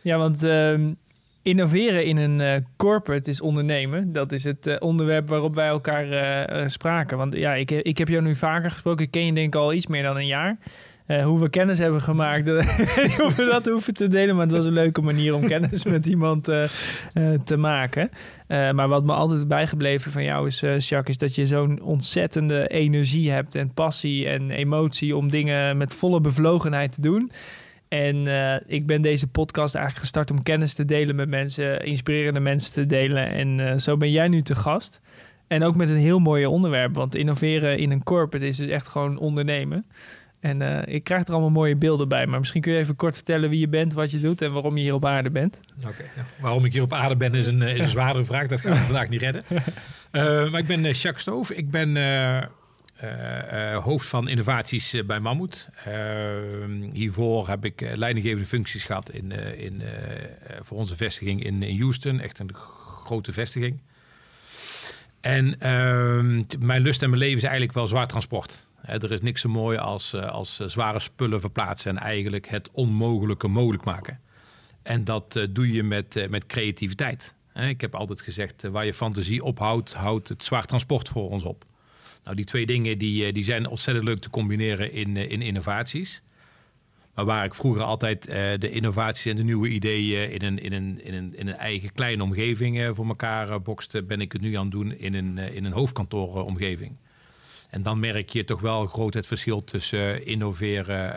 Ja, want innoveren in een corporate is ondernemen. Dat is het onderwerp waarop wij elkaar spraken. Want ja, ik heb jou nu vaker gesproken. Ik ken je denk ik al iets meer dan een jaar. Hoe we kennis hebben gemaakt, of we dat hoeven te delen. Maar het was een leuke manier om kennis met iemand te maken. Maar wat me altijd bijgebleven van jou is, Jacques, is dat je zo'n ontzettende energie hebt en passie en emotie om dingen met volle bevlogenheid te doen. En ik ben deze podcast eigenlijk gestart om kennis te delen met mensen, inspirerende mensen te delen. En zo ben jij nu te gast. En ook met een heel mooi onderwerp, want innoveren in een corporate is dus echt gewoon ondernemen. En ik krijg er allemaal mooie beelden bij. Maar misschien kun je even kort vertellen wie je bent, wat je doet en waarom je hier op aarde bent. Oké, ja. Waarom ik hier op aarde ben is een zwaardere vraag. Dat gaan we vandaag niet redden. Maar ik ben Jacques Stoof. Ik ben hoofd van innovaties bij Mammoet. Hiervoor heb ik leidinggevende functies gehad voor onze vestiging in Houston. Echt een grote vestiging. En mijn lust en mijn leven is eigenlijk wel zwaar transport. Er is niks zo mooi als zware spullen verplaatsen en eigenlijk het onmogelijke mogelijk maken. En dat doe je met creativiteit. Ik heb altijd gezegd, waar je fantasie ophoudt, houdt het zwaar transport voor ons op. Nou, die twee dingen die zijn ontzettend leuk te combineren in innovaties. Maar waar ik vroeger altijd de innovaties en de nieuwe ideeën in een eigen kleine omgeving voor elkaar bokste, ben ik het nu aan het doen in een hoofdkantooromgeving. En dan merk je toch wel groot het verschil tussen innoveren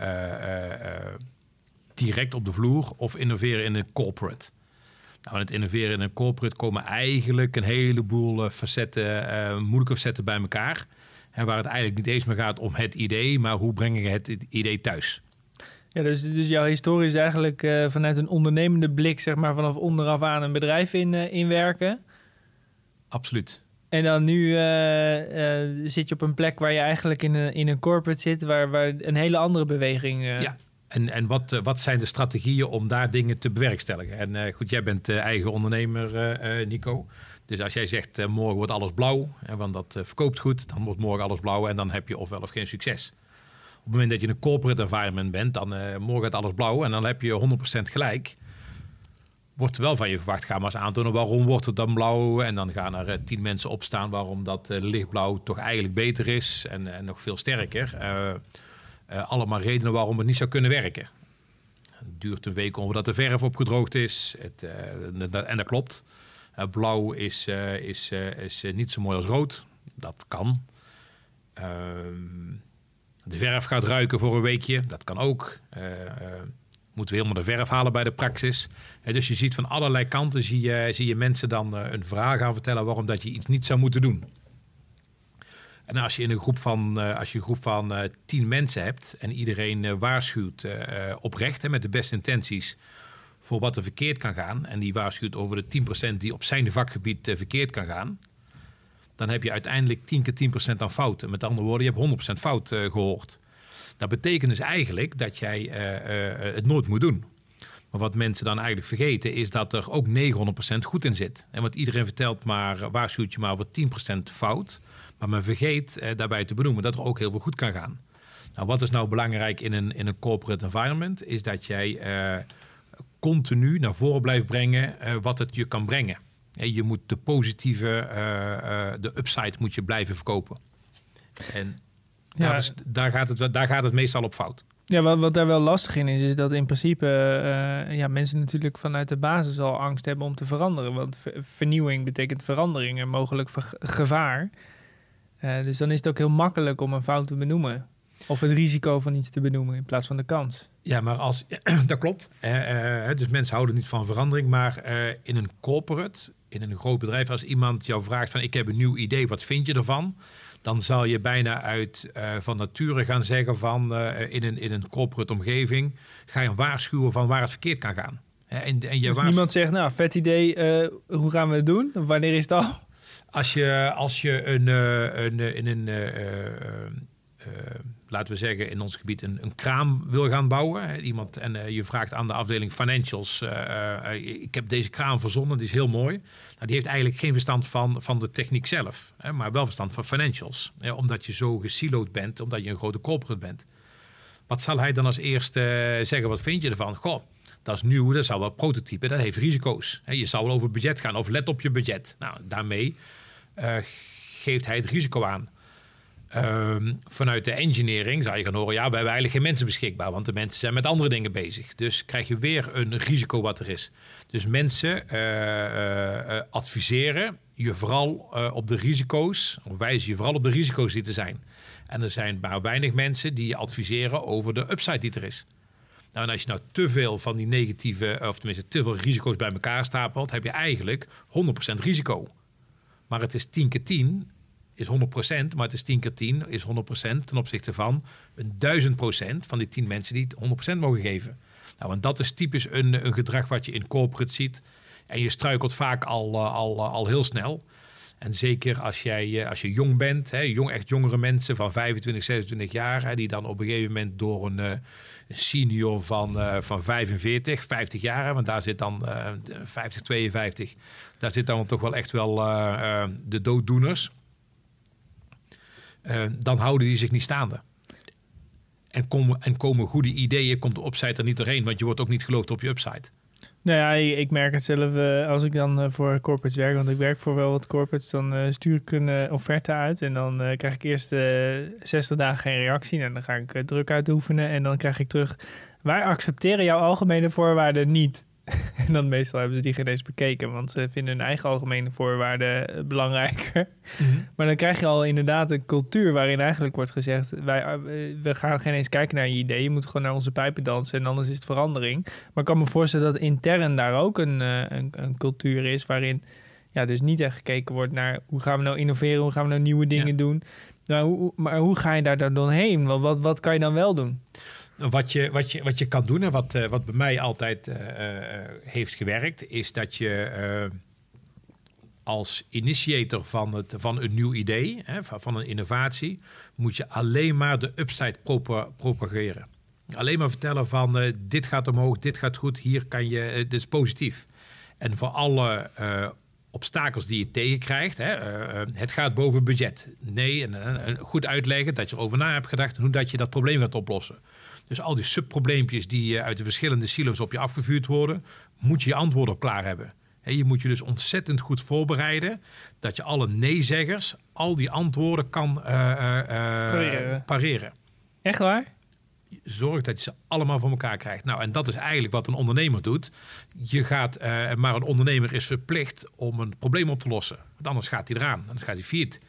direct op de vloer of innoveren in een corporate. Nou, in het innoveren in een corporate komen eigenlijk een heleboel moeilijke facetten bij elkaar. En waar het eigenlijk niet eens meer gaat om het idee, maar hoe breng je het idee thuis. Ja, dus jouw historie is eigenlijk vanuit een ondernemende blik, zeg maar, vanaf onderaf aan een bedrijf inwerken. Absoluut. En dan nu zit je op een plek waar je eigenlijk in een corporate zit, waar een hele andere beweging... Ja, en wat zijn de strategieën om daar dingen te bewerkstelligen? En goed, jij bent eigen ondernemer, Nico. Dus als jij zegt, morgen wordt alles blauw, want dat verkoopt goed, dan wordt morgen alles blauw en dan heb je ofwel of geen succes. Op het moment dat je in een corporate environment bent, dan morgen gaat alles blauw en dan heb je 100% gelijk. Wordt er wel van je verwacht, ga maar eens aantonen waarom wordt het dan blauw. En dan gaan er 10 mensen opstaan waarom dat lichtblauw toch eigenlijk beter is en nog veel sterker. Allemaal redenen waarom het niet zou kunnen werken. Het duurt een week omdat de verf opgedroogd is. En dat klopt. Blauw is niet zo mooi als rood. Dat kan. De verf gaat ruiken voor een weekje. Dat kan ook. Moeten we helemaal de verf halen bij de praxis. Dus je ziet van allerlei kanten zie je mensen dan een verhaal gaan vertellen waarom dat je iets niet zou moeten doen. En als je een groep van 10 mensen hebt en iedereen waarschuwt oprecht met de beste intenties voor wat er verkeerd kan gaan en die waarschuwt over de 10% die op zijn vakgebied verkeerd kan gaan, dan heb je uiteindelijk 10 keer 10% aan fouten. Met andere woorden, je hebt 100% fout gehoord. Dat betekent dus eigenlijk dat jij het nooit moet doen. Maar wat mensen dan eigenlijk vergeten is dat er ook 900% goed in zit. En wat iedereen vertelt waarschuwt je maar voor 10% fout. Maar men vergeet daarbij te benoemen dat er ook heel veel goed kan gaan. Nou, wat is nou belangrijk in een corporate environment? Is dat jij continu naar voren blijft brengen wat het je kan brengen. Je moet de positieve, de upside moet je blijven verkopen. En daar gaat het meestal op fout. Ja, wat daar wel lastig in is dat in principe mensen natuurlijk vanuit de basis al angst hebben om te veranderen. Want vernieuwing betekent verandering en mogelijk gevaar. Dus dan is het ook heel makkelijk om een fout te benoemen. Of het risico van iets te benoemen in plaats van de kans. Ja, maar dat klopt. Dus mensen houden niet van verandering. Maar in een corporate, in een groot bedrijf, als iemand jou vraagt van ik heb een nieuw idee, wat vind je ervan? Dan zal je bijna van nature gaan zeggen van in een corporate omgeving ga je waarschuwen van waar het verkeerd kan gaan. Dus niemand zegt, nou, vet idee, hoe gaan we het doen? Of wanneer is het al? Als je laten we zeggen in ons gebied een kraam wil gaan bouwen. Iemand en je vraagt aan de afdeling financials. Ik heb deze kraam verzonnen, die is heel mooi. Nou, die heeft eigenlijk geen verstand van de techniek zelf. Maar wel verstand van financials. Omdat je zo gesiloed bent, omdat je een grote corporate bent. Wat zal hij dan als eerste zeggen? Wat vind je ervan? Goh, Dat is nieuw, dat zou wel prototypen, dat heeft risico's. Je zou wel over budget gaan of let op je budget. Nou, daarmee geeft hij het risico aan. Vanuit de engineering zou je gaan horen, ja, we hebben eigenlijk geen mensen beschikbaar, want de mensen zijn met andere dingen bezig. Dus krijg je weer een risico wat er is. Dus mensen adviseren je vooral op de risico's, of wijzen je vooral op de risico's die er zijn. En er zijn maar weinig mensen die je adviseren over de upside die er is. Nou, en als je nou te veel van die negatieve, of tenminste te veel risico's bij elkaar stapelt, heb je eigenlijk 100% risico. Maar het is 10 keer 10 is 100%, maar het is 10 keer 10 is 100% ten opzichte van 1000% van die 10 mensen die het 100% mogen geven. Nou, en dat is typisch een gedrag wat je in corporate ziet. En je struikelt vaak al heel snel. En zeker als je jong bent, echt jongere mensen van 25, 26 jaar, die dan op een gegeven moment door een senior van 45, 50 jaar, want daar zit dan 50, 52, daar zit dan toch wel echt wel de dooddoeners. Dan houden die zich niet staande. En komen goede ideeën, komt de upside er niet doorheen, want je wordt ook niet geloofd op je upside. Nou ja, ik merk het zelf als ik dan voor corporates werk, want ik werk voor wel wat corporates, dan stuur ik een offerte uit en dan krijg ik eerst 60 dagen geen reactie en dan ga ik druk uitoefenen en dan krijg ik terug, wij accepteren jouw algemene voorwaarden niet. En dan meestal hebben ze die geen eens bekeken, want ze vinden hun eigen algemene voorwaarden belangrijker. Mm-hmm. Maar dan krijg je al inderdaad een cultuur waarin eigenlijk wordt gezegd, we gaan geen eens kijken naar je idee, je moet gewoon naar onze pijpen dansen en anders is het verandering. Maar ik kan me voorstellen dat intern daar ook een cultuur is waarin dus niet echt gekeken wordt naar hoe gaan we nou innoveren, hoe gaan we nou nieuwe dingen doen. Nou, maar hoe ga je daar dan doorheen? Wat kan je dan wel doen? Wat je kan doen en wat bij mij altijd heeft gewerkt, is dat je als initiator van een nieuw idee, van een innovatie, moet je alleen maar de upside propageren. Alleen maar vertellen van dit gaat omhoog, dit gaat goed, hier kan je, dit is positief. En voor alle obstakels die je tegenkrijgt, het gaat boven budget. Nee, en goed uitleggen dat je erover na hebt gedacht en hoe dat je dat probleem gaat oplossen. Dus al die subprobleempjes die uit de verschillende silo's op je afgevuurd worden, moet je je antwoorden op klaar hebben. Je moet je dus ontzettend goed voorbereiden dat je alle nee-zeggers al die antwoorden kan pareren. Echt waar? Zorg dat je ze allemaal voor elkaar krijgt. Nou, en dat is eigenlijk wat een ondernemer doet. Maar een ondernemer is verplicht om een probleem op te lossen. Want anders gaat hij eraan, anders gaat hij failliet.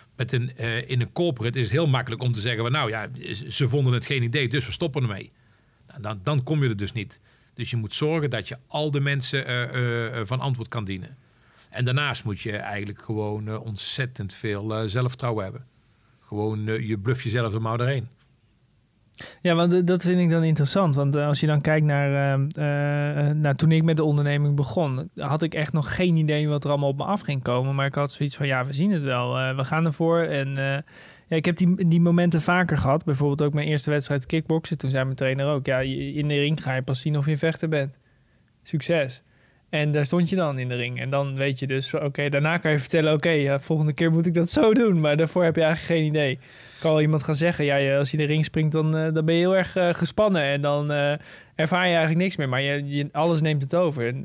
In een corporate is het heel makkelijk om te zeggen, nou ja, ze vonden het geen idee, dus we stoppen ermee. Nou, dan kom je er dus niet. Dus je moet zorgen dat je al de mensen van antwoord kan dienen. En daarnaast moet je eigenlijk gewoon ontzettend veel zelfvertrouwen hebben. Gewoon je bluff jezelf er maar doorheen. Ja, want dat vind ik dan interessant. Want als je dan kijkt naar toen ik met de onderneming begon, had ik echt nog geen idee wat er allemaal op me af ging komen. Maar ik had zoiets van, ja, we zien het wel. We gaan ervoor. En ik heb die momenten vaker gehad. Bijvoorbeeld ook mijn eerste wedstrijd kickboksen. Toen zei mijn trainer ook, ja, in de ring ga je pas zien of je een vechter bent. Succes. En daar stond je dan in de ring. En dan weet je dus, oké, daarna kan je vertellen, volgende keer moet ik dat zo doen. Maar daarvoor heb je eigenlijk geen idee. Kan wel iemand gaan zeggen, ja, als je in de ring springt, dan ben je heel erg gespannen. En dan ervaar je eigenlijk niks meer. Maar alles neemt het over. En,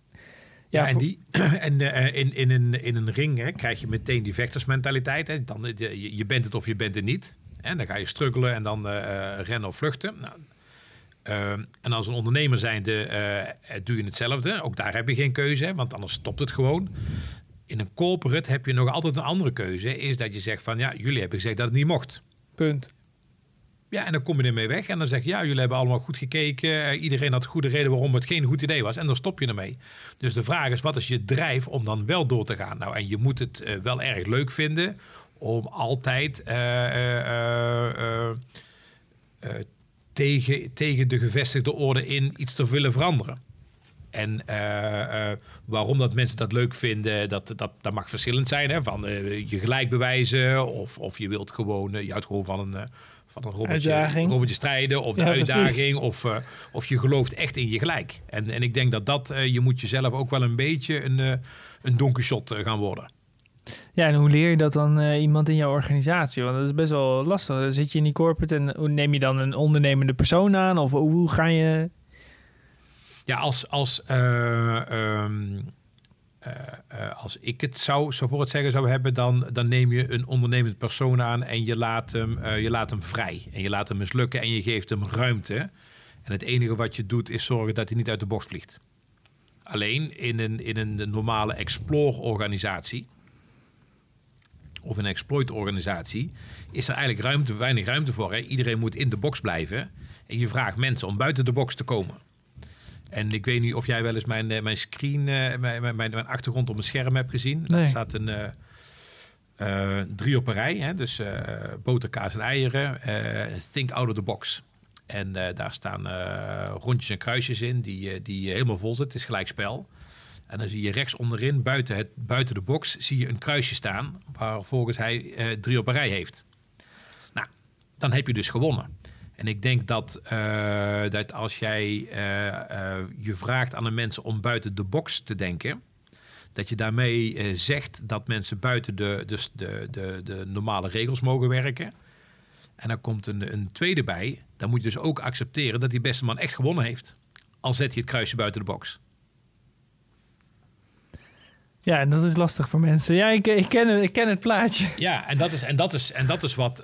in een ring krijg je meteen die vechtersmentaliteit. Hè. Dan, je bent het of je bent het niet. En dan ga je struggelen en dan rennen of vluchten. Nou, en als een ondernemer zijnde doe je hetzelfde. Ook daar heb je geen keuze, hè, want anders stopt het gewoon. In een corporate heb je nog altijd een andere keuze. Is dat je zegt van, ja, jullie hebben gezegd dat het niet mocht. Punt. Ja, en dan kom je ermee weg. En dan zeg je, ja, jullie hebben allemaal goed gekeken. Iedereen had goede reden waarom het geen goed idee was. En dan stop je ermee. Dus de vraag is, wat is je drijf om dan wel door te gaan? Nou, en je moet het wel erg leuk vinden om altijd tegen de gevestigde orde in iets te willen veranderen. En waarom dat mensen dat leuk vinden, dat mag verschillend zijn. Hè? Van je gelijk bewijzen of je wilt gewoon, je houdt gewoon van een robotje strijden of de uitdaging. Of je gelooft echt in je gelijk. En ik denk dat je moet jezelf ook wel een beetje een Don Quixote gaan worden. Ja, en hoe leer je dat dan iemand in jouw organisatie? Want dat is best wel lastig. Dan zit je in die corporate en neem je dan een ondernemende persoon aan? Of hoe ga je... Ja, als ik het zo voor het zeggen zou hebben, dan neem je een ondernemend persoon aan en je laat hem vrij. En je laat hem mislukken en je geeft hem ruimte. En het enige wat je doet is zorgen dat hij niet uit de bocht vliegt. Alleen in een normale explore-organisatie of een exploit-organisatie is er eigenlijk weinig ruimte voor. Hè? Iedereen moet in de box blijven en je vraagt mensen om buiten de box te komen. En ik weet niet of jij wel eens mijn screen, mijn achtergrond op mijn scherm hebt gezien. Nee. Er staat een 3 op een rij. Hè? Dus boter, kaas en eieren. Think out of the box. En daar staan rondjes en kruisjes in die helemaal vol zitten. Het is gelijk spel. En dan zie je rechts onderin, buiten de box, zie je een kruisje staan. Waar volgens hij 3 op een rij heeft. Nou, dan heb je dus gewonnen. En ik denk dat als jij je vraagt aan de mensen om buiten de box te denken, dat je daarmee zegt dat mensen buiten de normale regels mogen werken. En dan komt een tweede bij. Dan moet je dus ook accepteren dat die beste man echt gewonnen heeft. Al zet hij het kruisje buiten de box. Ja, en dat is lastig voor mensen. Ja, ik ken het plaatje. Ja, en dat is wat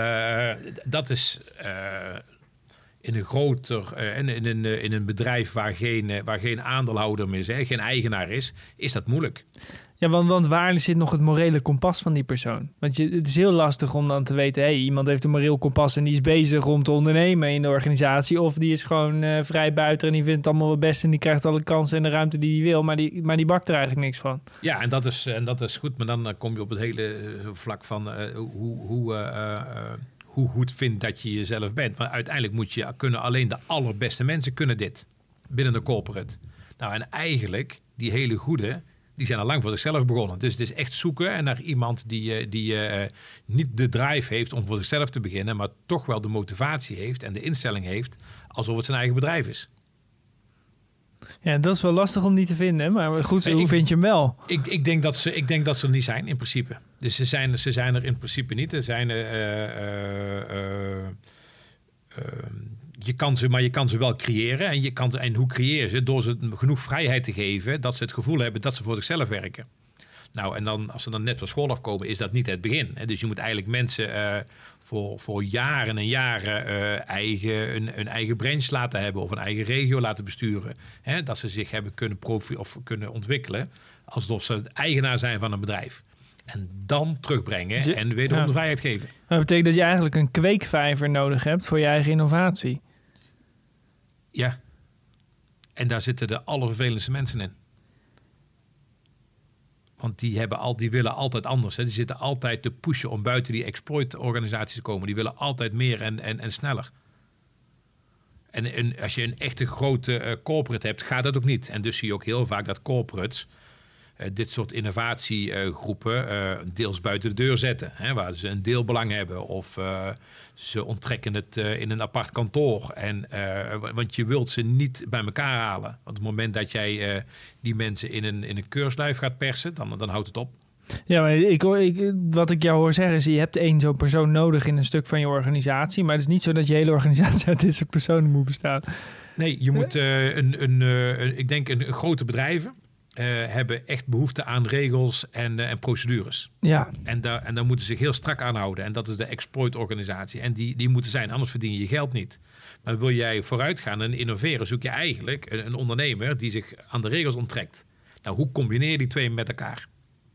in een groter in een bedrijf waar geen aandeelhouder meer is, geen eigenaar is dat moeilijk. Ja, want waar zit nog het morele kompas van die persoon? Want het is heel lastig om dan te weten, hey, iemand heeft een moreel kompas en die is bezig om te ondernemen in de organisatie. Of die is gewoon vrij buiten en die vindt het allemaal wel best en die krijgt alle kansen en de ruimte die hij wil, maar die bakt er eigenlijk niks van. Ja, en dat is goed, maar dan kom je op het hele vlak van hoe goed vindt dat je jezelf bent. Maar uiteindelijk alleen de allerbeste mensen kunnen dit binnen de corporate. Nou, en eigenlijk die hele goede, die zijn al lang voor zichzelf begonnen. Dus het is echt zoeken en naar iemand die niet de drive heeft om voor zichzelf te beginnen, maar toch wel de motivatie heeft en de instelling heeft alsof het zijn eigen bedrijf is. Ja, dat is wel lastig om die te vinden, maar goed, hoe vind je hem wel? Ik denk dat ze er niet zijn in principe. Dus ze zijn er in principe niet. Er zijn je kan ze wel creëren. En hoe creëer je ze? Door ze genoeg vrijheid te geven dat ze het gevoel hebben dat ze voor zichzelf werken. Nou, en dan, als ze dan net van school afkomen, is dat niet het begin. Hè? Dus je moet eigenlijk mensen voor jaren en jaren een eigen branch laten hebben of een eigen regio laten besturen. Hè? Dat ze zich hebben kunnen ontwikkelen alsof ze het eigenaar zijn van een bedrijf. En dan terugbrengen en wederom de vrijheid geven. Dat betekent dat je eigenlijk een kweekvijver nodig hebt voor je eigen innovatie. Ja. En daar zitten de allervervelendste mensen in. Want die willen altijd anders. Hè. Die zitten altijd te pushen om buiten die exploit-organisaties te komen. Die willen altijd meer en sneller. En als je een echte grote corporate hebt, gaat dat ook niet. En dus zie je ook heel vaak dat corporates dit soort innovatiegroepen deels buiten de deur zetten. Hè, waar ze een deelbelang hebben. Of ze onttrekken het in een apart kantoor. Want je wilt ze niet bij elkaar halen. Want op het moment dat jij die mensen in een keurslijf gaat persen, dan houdt het op. Ja, maar wat ik jou hoor zeggen is, je hebt één zo'n persoon nodig in een stuk van je organisatie. Maar het is niet zo dat je hele organisatie uit dit soort personen moet bestaan. Nee, je moet ik denk een grote bedrijven hebben echt behoefte aan regels en procedures. Ja. En daar moeten ze zich heel strak aan houden. En dat is de exploit-organisatie. En die moeten zijn, anders verdien je je geld niet. Maar wil jij vooruit gaan en innoveren, zoek je eigenlijk een ondernemer die zich aan de regels onttrekt. Nou, hoe combineer je die twee met elkaar?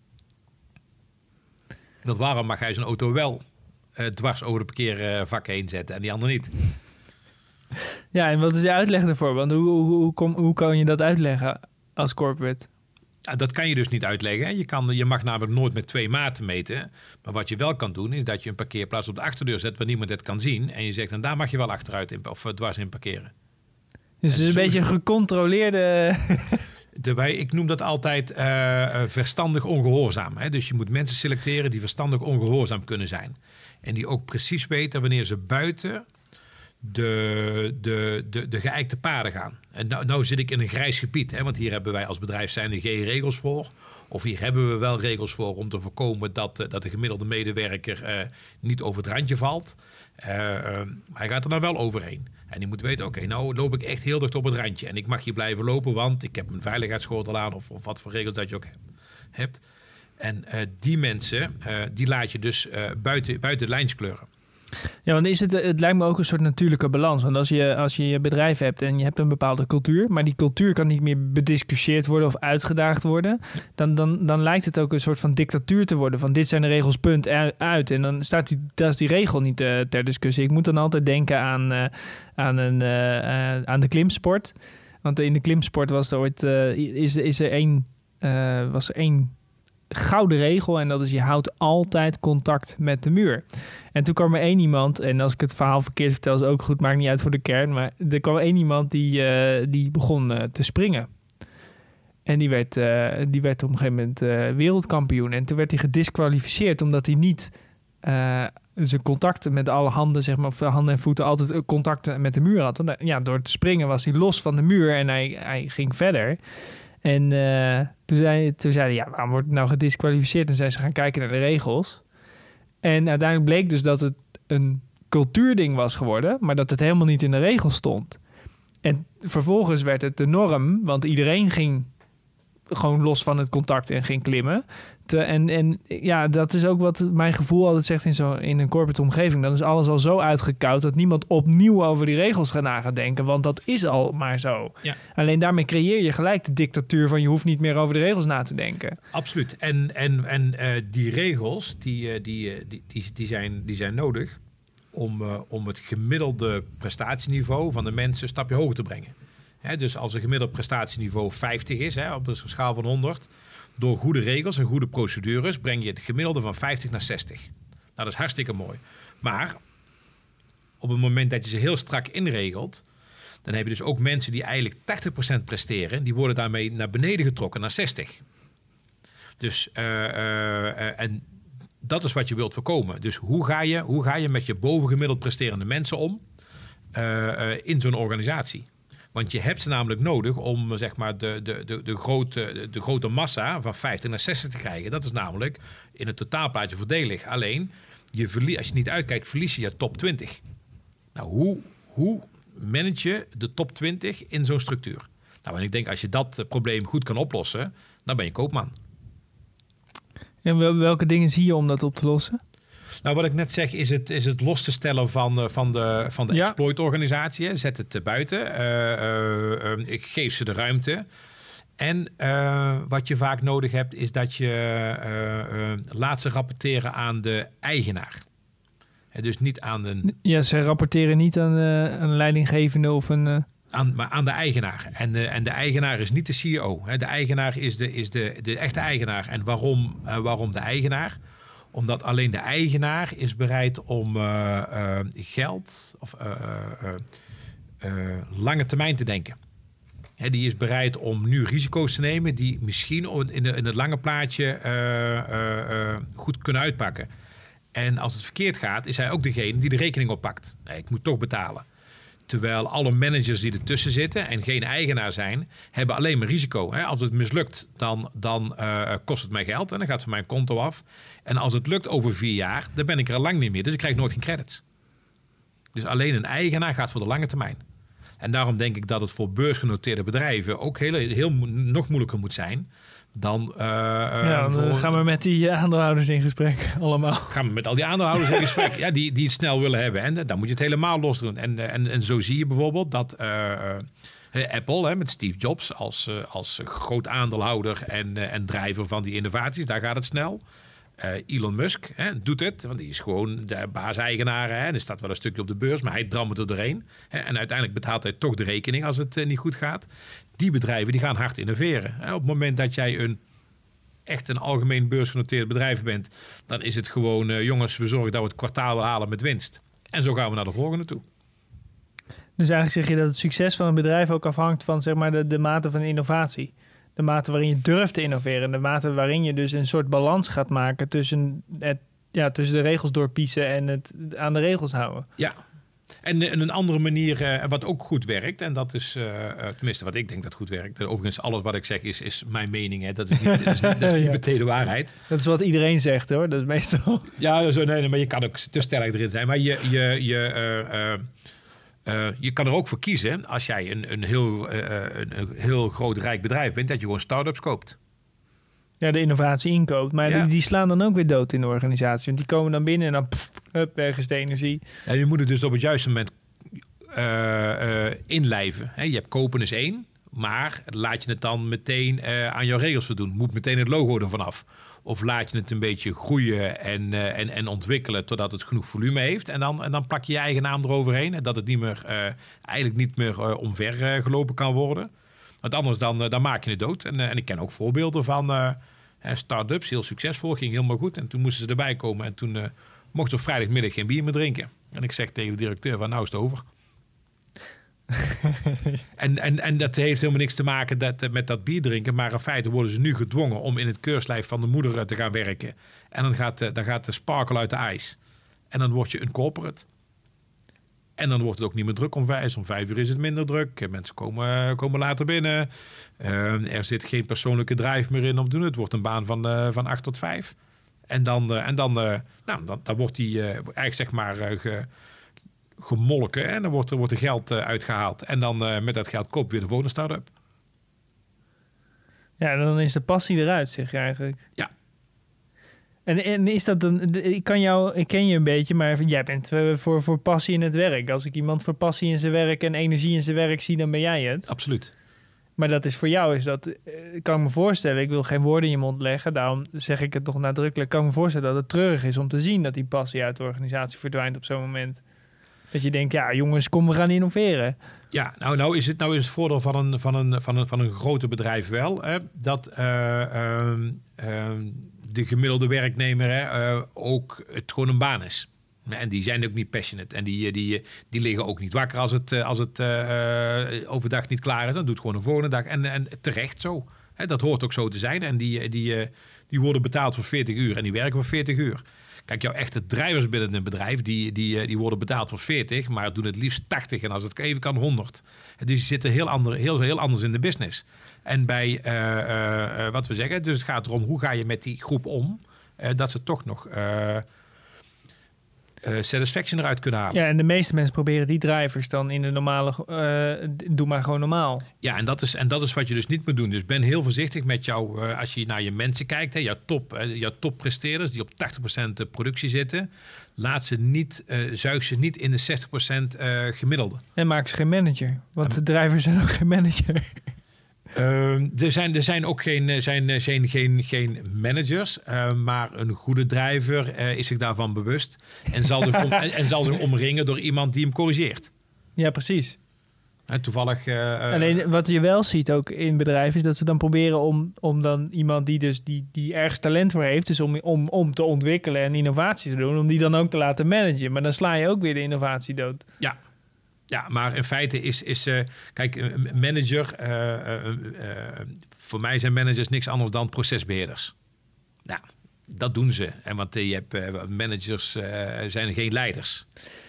Want waarom mag hij zijn auto wel dwars over de parkeervak heen zetten en die ander niet? Ja, en wat is de uitleg daarvoor? Want hoe kan je dat uitleggen als corporate? Dat kan je dus niet uitleggen. Je mag namelijk nooit met 2 maten meten. Maar wat je wel kan doen, is dat je een parkeerplaats op de achterdeur zet waar niemand het kan zien. En je zegt, en daar mag je wel achteruit of dwars in parkeren. Dus het is een beetje een gecontroleerde... Ik noem dat altijd verstandig ongehoorzaam. Hè? Dus je moet mensen selecteren die verstandig ongehoorzaam kunnen zijn. En die ook precies weten wanneer ze buiten de geëikte paden gaan. En nou zit ik in een grijs gebied. Hè? Want hier hebben wij als bedrijf zijn geen regels voor. Of hier hebben we wel regels voor om te voorkomen dat de gemiddelde medewerker niet over het randje valt. Hij gaat er nou wel overheen. En die moet weten, oké, nou loop ik echt heel dicht op het randje. En ik mag hier blijven lopen, want ik heb een veiligheidsgordel aan of wat voor regels dat je ook hebt. En die mensen, die laat je dus buiten de lijntjes kleuren. Ja, want het lijkt me ook een soort natuurlijke balans. Want als je je bedrijf hebt en je hebt een bepaalde cultuur, maar die cultuur kan niet meer bediscussieerd worden of uitgedaagd worden, dan lijkt het ook een soort van dictatuur te worden. Van dit zijn de regels, punt, uit. En dan staat die regel niet ter discussie. Ik moet dan altijd denken aan de klimsport. Want in de klimsport was er ooit is er één gouden regel en dat is je houdt altijd contact met de muur. En toen kwam er één iemand, en als ik het verhaal verkeerd vertel is ook goed, maakt niet uit voor de kern, maar er kwam één iemand die begon te springen. En die werd op een gegeven moment wereldkampioen. En toen werd hij gedisqualificeerd omdat hij niet zijn contacten met alle handen, zeg maar, handen en voeten altijd contacten met de muur had. Want, door te springen was hij los van de muur en hij ging verder. En toen zei hij, ja, waarom wordt het nou gedisqualificeerd? En zijn ze gaan kijken naar de regels. En uiteindelijk bleek dus dat het een cultuurding was geworden, maar dat het helemaal niet in de regels stond. En vervolgens werd het de norm, want iedereen ging gewoon los van het contact en ging klimmen. En dat is ook wat mijn gevoel altijd zegt in een corporate omgeving. Dan is alles al zo uitgekoud dat niemand opnieuw over die regels gaat denken. Want dat is al maar zo. Ja. Alleen daarmee creëer je gelijk de dictatuur van je hoeft niet meer over de regels na te denken. Absoluut. En die regels die zijn nodig om het gemiddelde prestatieniveau van de mensen een stapje hoger te brengen. Dus als een gemiddeld prestatieniveau 50 is, op een schaal van 100... door goede regels en goede procedures breng je het gemiddelde van 50 naar 60. Nou, dat is hartstikke mooi. Maar op het moment dat je ze heel strak inregelt, dan heb je dus ook mensen die eigenlijk 80% presteren, die worden daarmee naar beneden getrokken, naar 60. Dus, en dat is wat je wilt voorkomen. Dus hoe ga je met je bovengemiddeld presterende mensen om in zo'n organisatie? Want je hebt ze namelijk nodig om zeg maar, de grote massa van 50 naar 60 te krijgen. Dat is namelijk in het totaalplaatje voordelig. Alleen, als je niet uitkijkt, verlies je je top 20. Nou, hoe manage je de top 20 in zo'n structuur? Nou, en ik denk als je dat probleem goed kan oplossen, dan ben je koopman. En welke dingen zie je om dat op te lossen? Nou, wat ik net zeg is het los te stellen van de exploitorganisatie. Zet het buiten. Ik geef ze de ruimte. En wat je vaak nodig hebt is dat je laat ze rapporteren aan de eigenaar. Dus niet aan de... Ja, ze rapporteren niet aan een leidinggevende of een... Maar aan de eigenaar. En de eigenaar is niet de CEO. De eigenaar is de echte eigenaar. En waarom de eigenaar? Omdat alleen de eigenaar is bereid om geld of lange termijn te denken. Die is bereid om nu risico's te nemen die misschien in het lange plaatje goed kunnen uitpakken. En als het verkeerd gaat, is hij ook degene die de rekening oppakt. Ik moet toch betalen. Terwijl alle managers die ertussen zitten en geen eigenaar zijn, hebben alleen maar risico. Als het mislukt, dan kost het mij geld en dan gaat het van mijn konto af. En als het lukt over 4 jaar, dan ben ik er al lang niet meer. Dus ik krijg nooit geen credits. Dus alleen een eigenaar gaat voor de lange termijn. En daarom denk ik dat het voor beursgenoteerde bedrijven ook heel nog moeilijker moet zijn. Dan gaan we met die aandeelhouders in gesprek allemaal. Gaan we met al die aandeelhouders in gesprek. Ja, die het snel willen hebben. En dan moet je het helemaal los doen. En zo zie je bijvoorbeeld dat Apple met Steve Jobs als groot aandeelhouder en drijver van die innovaties, daar gaat het snel. Elon Musk doet het, want die is gewoon de baas-eigenaar. Er staat wel een stukje op de beurs, maar hij drammelt er doorheen. En uiteindelijk betaalt hij toch de rekening als het niet goed gaat. Die bedrijven die gaan hard innoveren. Op het moment dat jij echt een algemeen beursgenoteerd bedrijf bent, dan is het gewoon, jongens, we zorgen dat we het kwartaal halen met winst. En zo gaan we naar de volgende toe. Dus eigenlijk zeg je dat het succes van een bedrijf ook afhangt van zeg maar, de mate van innovatie. De mate waarin je durft te innoveren. De mate waarin je dus een soort balans gaat maken tussen de regels doorpiezen en het aan de regels houden. Ja. En een andere manier wat ook goed werkt, en dat is tenminste wat ik denk dat goed werkt. Overigens, alles wat ik zeg is mijn mening. Hè. Dat is niet meteen de waarheid. Dat is wat iedereen zegt hoor. Dat is meestal... Ja, nee, maar je kan ook te stellig erin zijn. Maar Je kan er ook voor kiezen, als jij een heel groot rijk bedrijf bent, dat je gewoon start-ups koopt. Ja, de innovatie inkoopt. Maar Ja. die slaan dan ook weer dood in de organisatie. Want die komen dan binnen en dan weg is de energie. Ja, je moet het dus op het juiste moment inlijven. Hè? Je hebt kopen is 1, maar laat je het dan meteen aan jouw regels voldoen. Moet meteen het logo ervan af. Of laat je het een beetje groeien en ontwikkelen totdat het genoeg volume heeft. En dan plak je je eigen naam eroverheen. En dat het eigenlijk niet meer omver gelopen kan worden. Want anders dan maak je het dood. En ik ken ook voorbeelden van start-ups, heel succesvol, ging helemaal goed. En toen moesten ze erbij komen en toen mochten we vrijdagmiddag geen bier meer drinken. En ik zeg tegen de directeur van nou is het over. en dat heeft helemaal niks te maken met dat bier drinken. Maar in feite worden ze nu gedwongen om in het keurslijf van de moeder te gaan werken. En dan gaat de sparkle uit de ijs. En dan word je een corporate. En dan wordt het ook niet meer druk om 5. Om 5 uur is het minder druk. Mensen komen later binnen. Er zit geen persoonlijke drive meer in om te doen. Het wordt een baan van 8 tot 5. En dan wordt die eigenlijk zeg maar gemolken. En dan wordt er geld uitgehaald. En dan met dat geld koop je weer de volgende start-up. Ja, dan is de passie eruit, zeg je eigenlijk. Ja. En is dat dan... Ik ken je een beetje, maar jij bent voor passie in het werk. Als ik iemand voor passie in zijn werk en energie in zijn werk zie, dan ben jij het. Absoluut. Maar dat is voor jou, kan ik me voorstellen, ik wil geen woorden in je mond leggen, daarom zeg ik het toch nadrukkelijk, kan ik me voorstellen dat het treurig is om te zien dat die passie uit de organisatie verdwijnt op zo'n moment. Dat je denkt, ja jongens, kom, we gaan innoveren. Ja, nou is het voordeel van een grote bedrijf wel, hè, dat de gemiddelde werknemer ook het gewoon een baan is. En die zijn ook niet passionate. En die liggen ook niet wakker als het overdag niet klaar is. Dan doet het gewoon de volgende dag. En terecht zo. Hè, dat hoort ook zo te zijn. En die worden betaald voor 40 uur. En die werken voor 40 uur. Kijk, jouw echte drijvers binnen een bedrijf, die worden betaald voor 40, maar doen het liefst 80 en als het even kan 100. Dus die zitten heel anders in de business. En bij wat we zeggen, dus het gaat erom hoe ga je met die groep om, dat ze toch nog satisfaction eruit kunnen halen. Ja, en de meeste mensen proberen die drivers dan in de normale, doe maar gewoon normaal. Ja, en dat is wat je dus niet moet doen. Dus ben heel voorzichtig met jou, als je naar je mensen kijkt, hè, jouw toppresteerders die op 80% productie zitten, zuig ze niet in de 60% gemiddelde. En maak ze geen manager, want de drivers zijn ook geen manager. Er zijn ook geen managers, maar een goede driver is zich daarvan bewust en zal zich omringen door iemand die hem corrigeert. Ja, precies. Toevallig. Alleen wat je wel ziet ook in bedrijven is dat ze dan proberen om dan iemand die dus die ergens talent voor heeft, dus om te ontwikkelen en innovatie te doen, om die dan ook te laten managen. Maar dan sla je ook weer de innovatie dood. Ja, maar in feite is kijk, een manager, voor mij zijn managers niks anders dan procesbeheerders. Nou, dat doen ze. En want je hebt managers zijn geen leiders.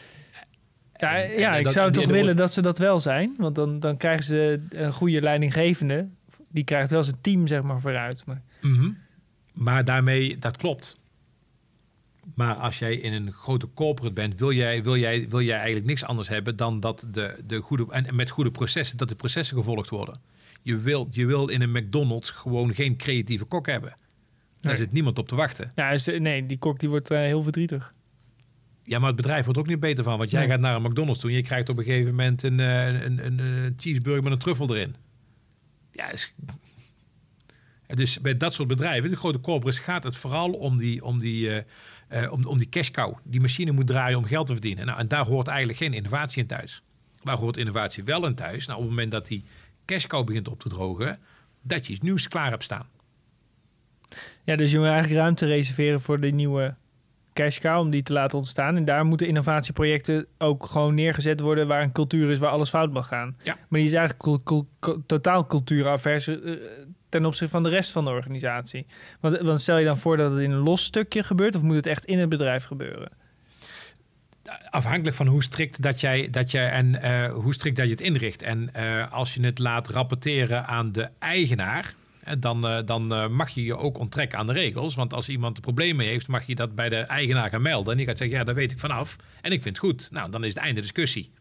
Ik zou toch willen dat ze dat wel zijn. Want dan krijgen ze een goede leidinggevende. Die krijgt wel zijn team, zeg maar, vooruit. Maar daarmee, dat klopt. Maar als jij in een grote corporate bent, wil jij eigenlijk niks anders hebben dan dat de goede en met goede processen, dat de processen gevolgd worden. Je wil in een McDonald's gewoon geen creatieve kok hebben. Daar zit niemand op te wachten. Ja, die kok die wordt heel verdrietig. Ja, maar het bedrijf wordt ook niet beter van. Want jij gaat naar een McDonald's toe en je krijgt op een gegeven moment een cheeseburger met een truffel erin. Ja, dus bij dat soort bedrijven, de grote corporates, gaat het vooral om die cash cow. Die machine moet draaien om geld te verdienen. Nou, en daar hoort eigenlijk geen innovatie in thuis. Waar hoort innovatie wel in thuis? Nou, op het moment dat die cash cow begint op te drogen, dat je iets nieuws klaar hebt staan. Ja, dus je moet eigenlijk ruimte reserveren voor de nieuwe cash cow, om die te laten ontstaan. En daar moeten innovatieprojecten ook gewoon neergezet worden waar een cultuur is waar alles fout mag gaan. Ja. Maar die is eigenlijk totaal cultuuravers ten opzichte van de rest van de organisatie. Want stel je dan voor dat het in een los stukje gebeurt, of moet het echt in het bedrijf gebeuren? Afhankelijk van hoe strikt dat je hoe strikt dat je het inricht. En als je het laat rapporteren aan de eigenaar, dan mag je je ook onttrekken aan de regels. Want als iemand er problemen mee heeft, mag je dat bij de eigenaar gaan melden. En die gaat zeggen, ja, daar weet ik vanaf. En ik vind het goed. Nou, dan is het einde discussie.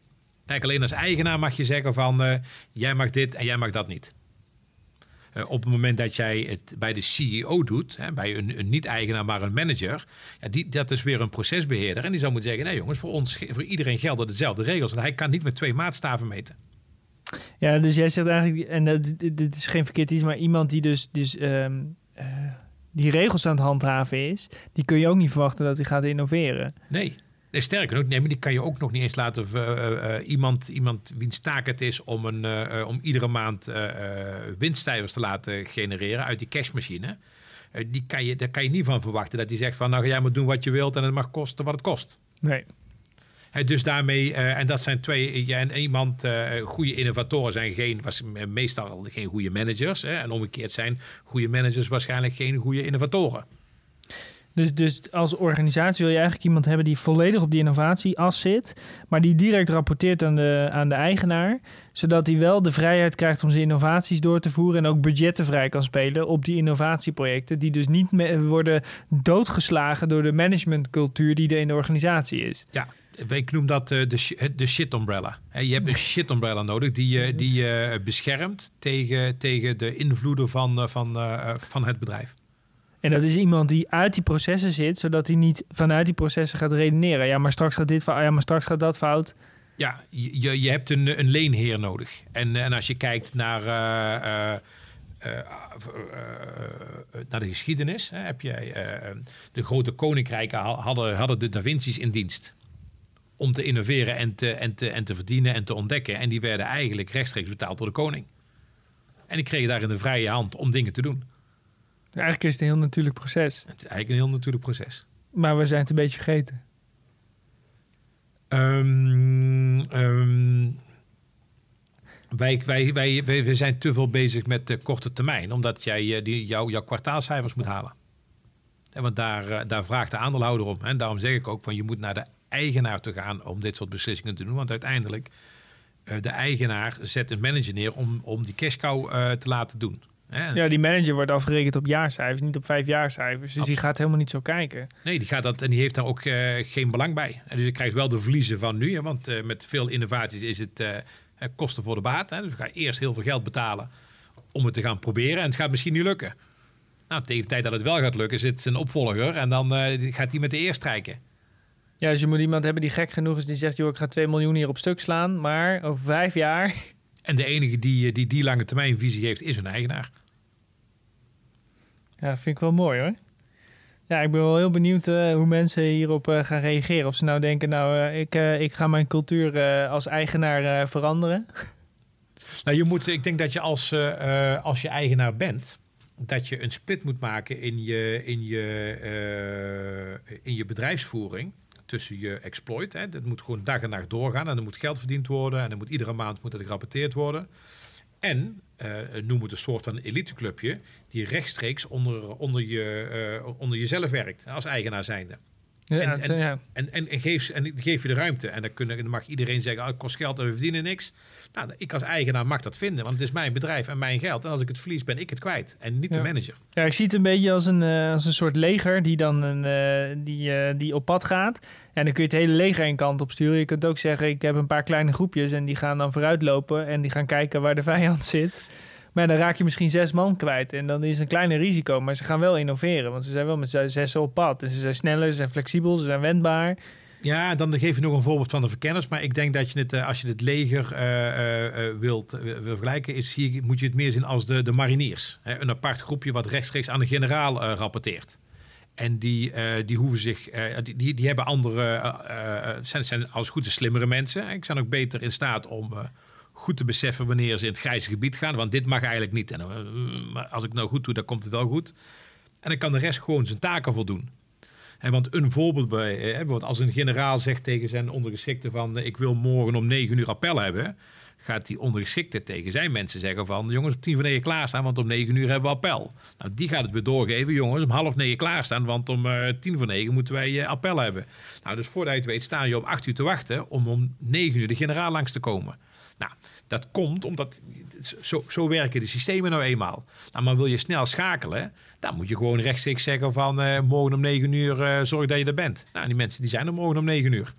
Kijk, alleen als eigenaar mag je zeggen van jij mag dit en jij mag dat niet. Op het moment dat jij het bij de CEO doet, bij een niet-eigenaar, maar een manager, dat is weer een procesbeheerder. En die zou moeten zeggen, nee jongens, voor iedereen gelden dezelfde regels. Want hij kan niet met 2 maatstaven meten. Ja, dus jij zegt eigenlijk, en dit is geen verkeerd iets, maar iemand die dus die regels aan het handhaven is, die kun je ook niet verwachten dat hij gaat innoveren. Nee, sterker nog, maar die kan je ook nog niet eens laten. Iemand wiens taak het is om iedere maand winstcijfers te laten genereren uit die cashmachine. Daar kan je niet van verwachten dat hij zegt van, nou ga jij maar doen wat je wilt en het mag kosten wat het kost. Nee. Dus daarmee, en dat zijn twee, goede innovatoren zijn meestal geen goede managers. En omgekeerd zijn goede managers waarschijnlijk geen goede innovatoren. Dus als organisatie wil je eigenlijk iemand hebben die volledig op die innovatieas zit, maar die direct rapporteert aan de eigenaar, zodat hij wel de vrijheid krijgt om zijn innovaties door te voeren en ook budgetten vrij kan spelen op die innovatieprojecten, die dus niet worden doodgeslagen door de managementcultuur die er in de organisatie is. Ja. Ik noem dat de shit umbrella. Je hebt een shit umbrella nodig die je beschermt tegen de invloeden van het bedrijf. En dat is iemand die uit die processen zit, zodat hij niet vanuit die processen gaat redeneren. Ja, maar straks gaat dit fout. Ja, maar straks gaat dat fout. Ja, je hebt een leenheer nodig. En als je kijkt naar de geschiedenis, heb je de grote koninkrijken hadden de Da Vinci's in dienst om te innoveren en te verdienen en te ontdekken. En die werden eigenlijk rechtstreeks betaald door de koning. En die kregen daarin de vrije hand om dingen te doen. Eigenlijk is het een heel natuurlijk proces. Het is eigenlijk een heel natuurlijk proces. Maar we zijn het een beetje vergeten. Wij zijn te veel bezig met de korte termijn. Omdat jij jouw kwartaalcijfers moet halen. Want daar vraagt de aandeelhouder om. En daarom zeg ik ook van je moet naar de eigenaar te gaan om dit soort beslissingen te doen. Want uiteindelijk, de eigenaar zet een manager neer om die cash cow te laten doen. Ja, die manager wordt afgerekend op jaarcijfers, niet op 5-jaarcijfers. Dus die gaat helemaal niet zo kijken. Nee, die heeft daar ook geen belang bij. En dus je krijgt wel de verliezen van nu. Want met veel innovaties is het kosten voor de baat. Dus we gaan eerst heel veel geld betalen om het te gaan proberen. En het gaat misschien niet lukken. Nou, tegen de tijd dat het wel gaat lukken, zit een opvolger. En dan gaat die met de eer strijken. Ja, dus je moet iemand hebben die gek genoeg is die zegt, joh, ik ga 2 miljoen hier op stuk slaan. Maar over 5 jaar... En de enige die lange termijn visie heeft, is hun eigenaar. Ja, vind ik wel mooi hoor. Ja, ik ben wel heel benieuwd hoe mensen hierop gaan reageren. Of ze nou denken, ik ga mijn cultuur als eigenaar veranderen. Nou, ik denk dat je als je eigenaar bent, dat je een split moet maken in je bedrijfsvoering. Tussen je exploit. Dat moet gewoon dag en nacht doorgaan. En er moet geld verdiend worden. En iedere maand moet het gerapporteerd worden. En noem het een soort van eliteclubje die rechtstreeks onder jezelf werkt. Als eigenaar zijnde. Ja, en geef je de ruimte. En dan mag iedereen zeggen, het kost geld en we verdienen niks. Nou, ik als eigenaar mag dat vinden. Want het is mijn bedrijf en mijn geld. En als ik het verlies, ben ik het kwijt. En niet de manager. Ja, ik zie het een beetje als een soort leger die dan die op pad gaat. En dan kun je het hele leger één kant op sturen. Je kunt ook zeggen, ik heb een paar kleine groepjes. En die gaan dan vooruit lopen. En die gaan kijken waar de vijand zit. Maar dan raak je misschien 6 man kwijt. En dan is het een kleiner risico. Maar ze gaan wel innoveren. Want ze zijn wel met 6 op pad. En ze zijn sneller, ze zijn flexibel, ze zijn wendbaar. Ja, dan geef je nog een voorbeeld van de verkenners. Maar ik denk dat je het, als je het leger wil vergelijken, moet je het meer zien als de mariniers. Een apart groepje wat rechtstreeks aan de generaal rapporteert. En die hoeven zich, die hebben andere, zijn als goed de slimmere mensen. Ik zijn ook beter in staat om goed te beseffen wanneer ze in het grijze gebied gaan. Want dit mag eigenlijk niet. En, maar als ik het nou goed doe, dan komt het wel goed. En dan kan de rest gewoon zijn taken voldoen. Want een voorbeeld bijvoorbeeld als een generaal zegt tegen zijn ondergeschikte van ik wil morgen om 9 uur appel hebben, gaat die ondergeschikte tegen zijn mensen zeggen van jongens om 10:45 klaarstaan, want om 9 uur hebben we appel. Nou, die gaat het weer doorgeven, jongens om 8:30 klaarstaan, want om 8:50 moeten wij appel hebben. Nou, dus voordat je het weet sta je om 8 uur te wachten om 9 uur de generaal langs te komen. Nou, dat komt omdat zo werken de systemen nou eenmaal. Nou, maar wil je snel schakelen, dan moet je gewoon rechtstreeks zeggen van morgen om 9 uur zorg dat je er bent. Nou, die mensen die zijn er morgen om 9 uur.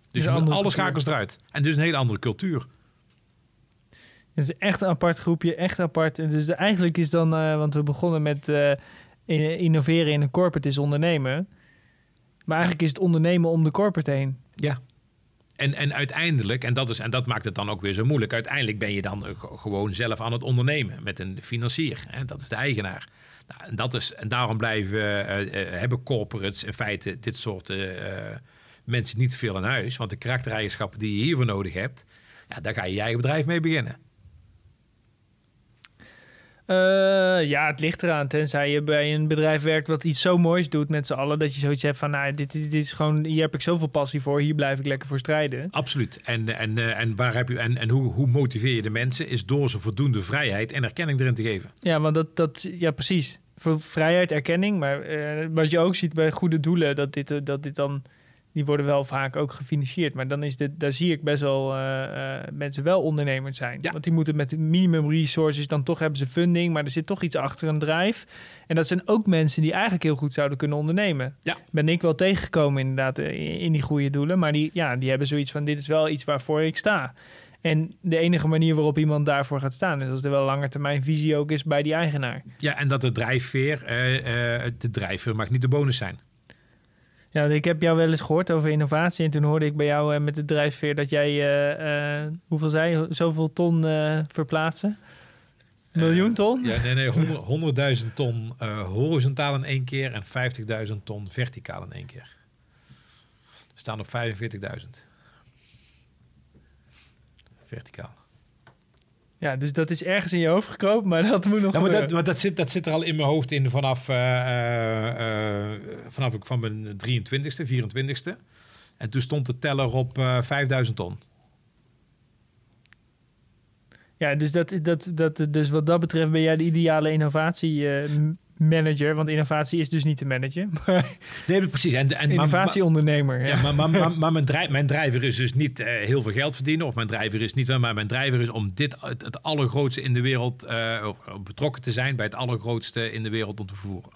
Dus je moet alle schakels eruit. En dus een hele andere cultuur. Het is echt een apart groepje, echt apart. En dus eigenlijk is dan, want we begonnen met innoveren in een corporate is ondernemen. Maar eigenlijk is het ondernemen om de corporate heen. Ja. En uiteindelijk, en dat maakt het dan ook weer zo moeilijk, uiteindelijk ben je dan gewoon zelf aan het ondernemen met een financier. Hè? Dat is de eigenaar. Nou, en daarom hebben corporates in feite dit soort mensen niet veel in huis. Want de karaktereigenschappen die je hiervoor nodig hebt, ja, daar ga je eigen bedrijf mee beginnen. Ja, het ligt eraan. Tenzij je bij een bedrijf werkt wat iets zo moois doet met z'n allen, dat je zoiets hebt van, nou, dit is gewoon, hier heb ik zoveel passie voor, hier blijf ik lekker voor strijden. Absoluut. En hoe motiveer je de mensen? Is door ze voldoende vrijheid en erkenning erin te geven. Ja, want ja, precies. Voor vrijheid, erkenning. Maar wat je ook ziet bij goede doelen, dat dit dan, die worden wel vaak ook gefinancierd. Maar dan daar zie ik best wel mensen wel ondernemers zijn. Ja. Want die moeten met minimum resources, dan toch hebben ze funding, maar er zit toch iets achter een drijf. En dat zijn ook mensen die eigenlijk heel goed zouden kunnen ondernemen. Ja. Ben ik wel tegengekomen inderdaad in die goede doelen. Maar die hebben zoiets van, dit is wel iets waarvoor ik sta. En de enige manier waarop iemand daarvoor gaat staan is als er wel langetermijn visie ook is bij die eigenaar. Ja, en dat de drijfveer mag niet de bonus zijn. Ja, ik heb jou wel eens gehoord over innovatie. En toen hoorde ik bij jou met de drijfveer dat jij, hoeveel zei je, zoveel ton verplaatsen? Miljoen ton? Ja, nee, 100.000 ton horizontaal in 1 keer en 50.000 ton verticaal in 1 keer. We staan op 45.000. Verticaal. Ja, dus dat is ergens in je hoofd gekropen, maar dat moet nog gebeuren. Maar dat zit er al in mijn hoofd in vanaf ik van mijn 23ste, 24ste. En toen stond de teller op 5.000 ton. Ja, dus, dus wat dat betreft ben jij de ideale innovatiemanager. Want innovatie is dus niet te managen. Nee, precies. Innovatieondernemer. Ja, maar mijn drijver is dus niet heel veel geld verdienen. Of mijn drijver is niet... Maar mijn drijver is om het allergrootste in de wereld... of betrokken te zijn bij het allergrootste in de wereld om te vervoeren.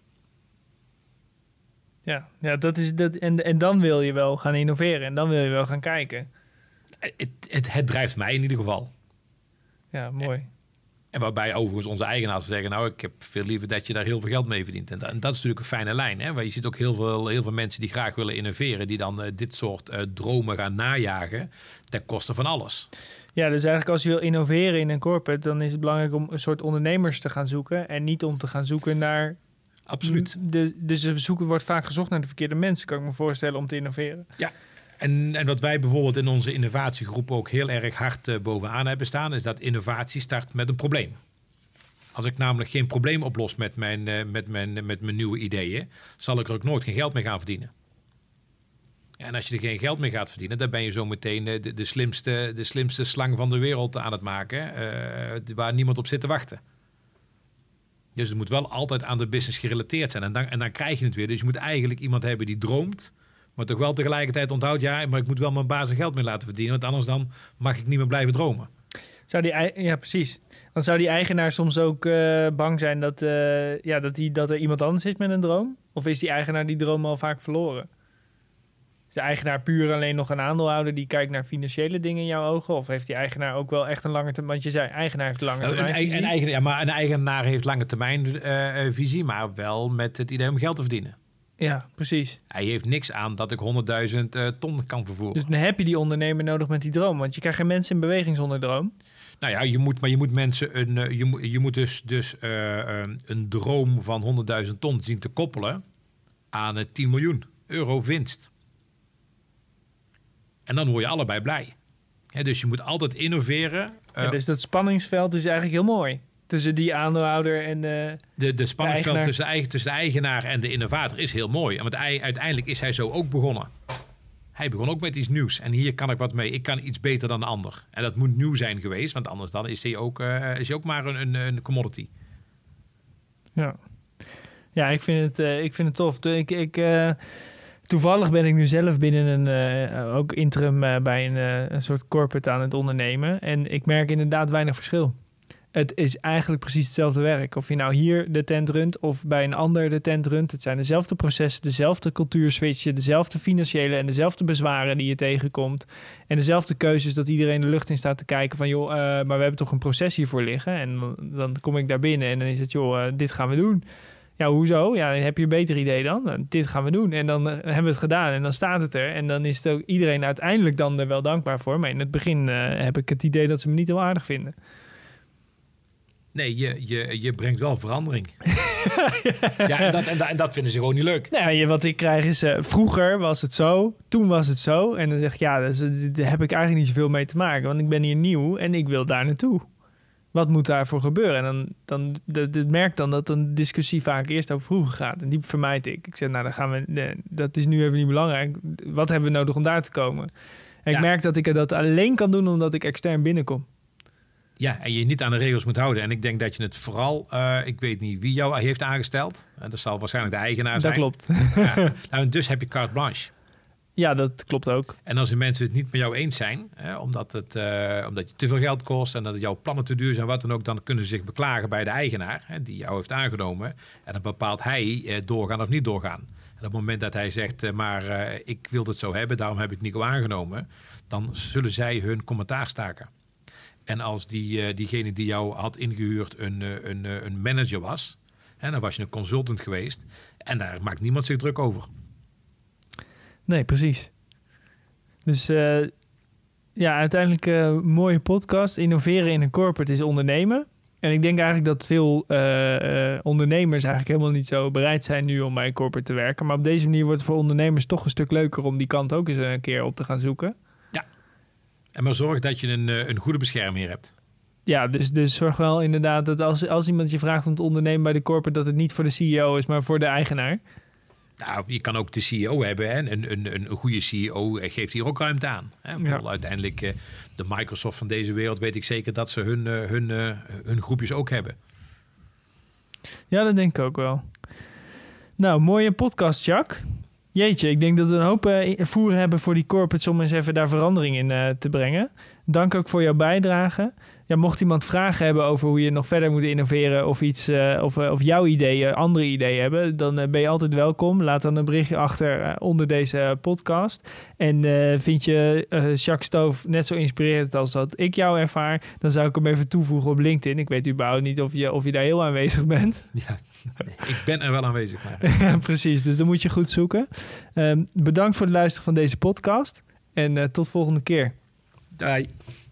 Ja, dat is dat. En dan wil je wel gaan innoveren. En dan wil je wel gaan kijken. Het drijft mij in ieder geval. Ja, mooi. En waarbij overigens onze eigenaars zeggen... nou, ik heb veel liever dat je daar heel veel geld mee verdient. En dat is natuurlijk een fijne lijn. Hè? Want je ziet ook heel veel mensen die graag willen innoveren... die dan dit soort dromen gaan najagen... ten koste van alles. Ja, dus eigenlijk als je wil innoveren in een corporate... dan is het belangrijk om een soort ondernemers te gaan zoeken... en niet om te gaan zoeken naar... Absoluut. Dus wordt vaak gezocht naar de verkeerde mensen... kan ik me voorstellen om te innoveren. Ja. En wat wij bijvoorbeeld in onze innovatiegroep ook heel erg hard bovenaan hebben staan... is dat innovatie start met een probleem. Als ik namelijk geen probleem oplos met mijn nieuwe ideeën... zal ik er ook nooit geen geld mee gaan verdienen. En als je er geen geld mee gaat verdienen... dan ben je zo meteen de slimste slang van de wereld aan het maken... waar niemand op zit te wachten. Dus het moet wel altijd aan de business gerelateerd zijn. En dan krijg je het weer. Dus je moet eigenlijk iemand hebben die droomt... maar toch wel tegelijkertijd onthoudt... ja, maar ik moet wel mijn baas er geld mee laten verdienen... want anders dan mag ik niet meer blijven dromen. Ja, precies. Want zou die eigenaar soms ook bang zijn... dat er iemand anders is met een droom? Of is die eigenaar die droom al vaak verloren? Is de eigenaar puur alleen nog een aandeelhouder... die kijkt naar financiële dingen in jouw ogen? Of heeft die eigenaar ook wel echt een lange termijn... want je zei, eigenaar heeft lange termijn visie. Een eigenaar heeft lange termijn visie... maar wel met het idee om geld te verdienen. Ja, precies. Hij heeft niks aan dat ik 100.000 ton kan vervoeren. Dus dan heb je die ondernemer nodig met die droom. Want je krijgt geen mensen in beweging zonder droom. Nou ja, je moet mensen je moet dus een droom van 100.000 ton zien te koppelen aan 10 miljoen euro winst. En dan word je allebei blij. Dus je moet altijd innoveren. Dus dat spanningsveld is eigenlijk heel mooi. Tussen die aandeelhouder en de spanningsveld tussen de eigenaar en de innovator is heel mooi. Want uiteindelijk is hij zo ook begonnen. Hij begon ook met iets nieuws. En hier kan ik wat mee. Ik kan iets beter dan de ander. En dat moet nieuw zijn geweest. Want anders dan is hij ook maar een commodity. Ja, ik vind het tof. Toevallig ben ik nu zelf binnen ook interim bij een soort corporate aan het ondernemen. En ik merk inderdaad weinig verschil. het is eigenlijk precies hetzelfde werk. Of je nou hier de tent runt of bij een ander de tent runt. Het zijn dezelfde processen, dezelfde cultuurswitchen, dezelfde financiële en dezelfde bezwaren die je tegenkomt. En dezelfde keuzes dat iedereen de lucht in staat te kijken van joh, maar we hebben toch een proces hiervoor liggen. En dan kom ik daar binnen en dan is het joh, dit gaan we doen. Ja, hoezo? Ja, heb je een beter idee dan? Dit gaan we doen. En dan hebben we het gedaan en dan staat het er. En dan is het ook iedereen uiteindelijk dan er wel dankbaar voor. Maar in het begin heb ik het idee dat ze me niet heel aardig vinden. Nee, je brengt wel verandering. Ja, en dat vinden ze gewoon niet leuk. Nou, wat ik krijg is, vroeger was het zo, toen was het zo. En dan zeg ik, ja, daar heb ik eigenlijk niet zoveel mee te maken. Want ik ben hier nieuw en ik wil daar naartoe. Wat moet daarvoor gebeuren? En dan merk dan dat een discussie vaak eerst over vroeger gaat. En die vermijd ik. Ik zeg, nou, dan gaan we. Dat is nu even niet belangrijk. Wat hebben we nodig om daar te komen? En ik merk dat ik dat alleen kan doen omdat ik extern binnenkom. Ja, en je niet aan de regels moet houden. En ik denk dat je het vooral, ik weet niet wie jou heeft aangesteld. Dat zal waarschijnlijk de eigenaar zijn. Dat klopt. Ja, nou, dus heb je carte blanche. Ja, dat klopt ook. En als de mensen het niet met jou eens zijn, omdat je te veel geld kost en dat jouw plannen te duur zijn, wat dan ook, dan kunnen ze zich beklagen bij de eigenaar die jou heeft aangenomen. En dan bepaalt hij doorgaan of niet doorgaan. En op het moment dat hij zegt, ik wil het zo hebben, daarom heb ik Nico aangenomen, dan zullen zij hun commentaar staken. En als diegene die jou had ingehuurd een manager was, dan was je een consultant geweest en daar maakt niemand zich druk over. Nee, precies. Dus uiteindelijk mooie podcast. Innoveren in een corporate is ondernemen. En ik denk eigenlijk dat veel ondernemers eigenlijk helemaal niet zo bereid zijn nu om bij een corporate te werken. Maar op deze manier wordt het voor ondernemers toch een stuk leuker om die kant ook eens een keer op te gaan zoeken. Ja, en maar zorg dat je een goede beschermheer hebt. Ja, dus zorg wel inderdaad dat als iemand je vraagt om te ondernemen bij de corporate, dat het niet voor de CEO is, maar voor de eigenaar. Nou, je kan ook de CEO hebben. Hè? Een goede CEO geeft hier ook ruimte aan. Hè? Ja. Uiteindelijk, de Microsoft van deze wereld, weet ik zeker dat ze hun groepjes ook hebben. Ja, dat denk ik ook wel. Nou, mooie podcast, Jacques. Jeetje, ik denk dat we een hoop voer hebben voor die corporates om eens even daar verandering in te brengen. Dank ook voor jouw bijdrage. Ja, mocht iemand vragen hebben over hoe je nog verder moet innoveren of iets, of jouw ideeën, andere ideeën hebben, dan ben je altijd welkom. Laat dan een berichtje achter onder deze podcast. En vind je Jacques Stoof net zo inspirerend als dat ik jou ervaar, dan zou ik hem even toevoegen op LinkedIn. Ik weet überhaupt niet of je daar heel aanwezig bent. Ja, ik ben er wel aanwezig. Maar. Precies, dus dan moet je goed zoeken. Bedankt voor het luisteren van deze podcast en tot volgende keer. Doei.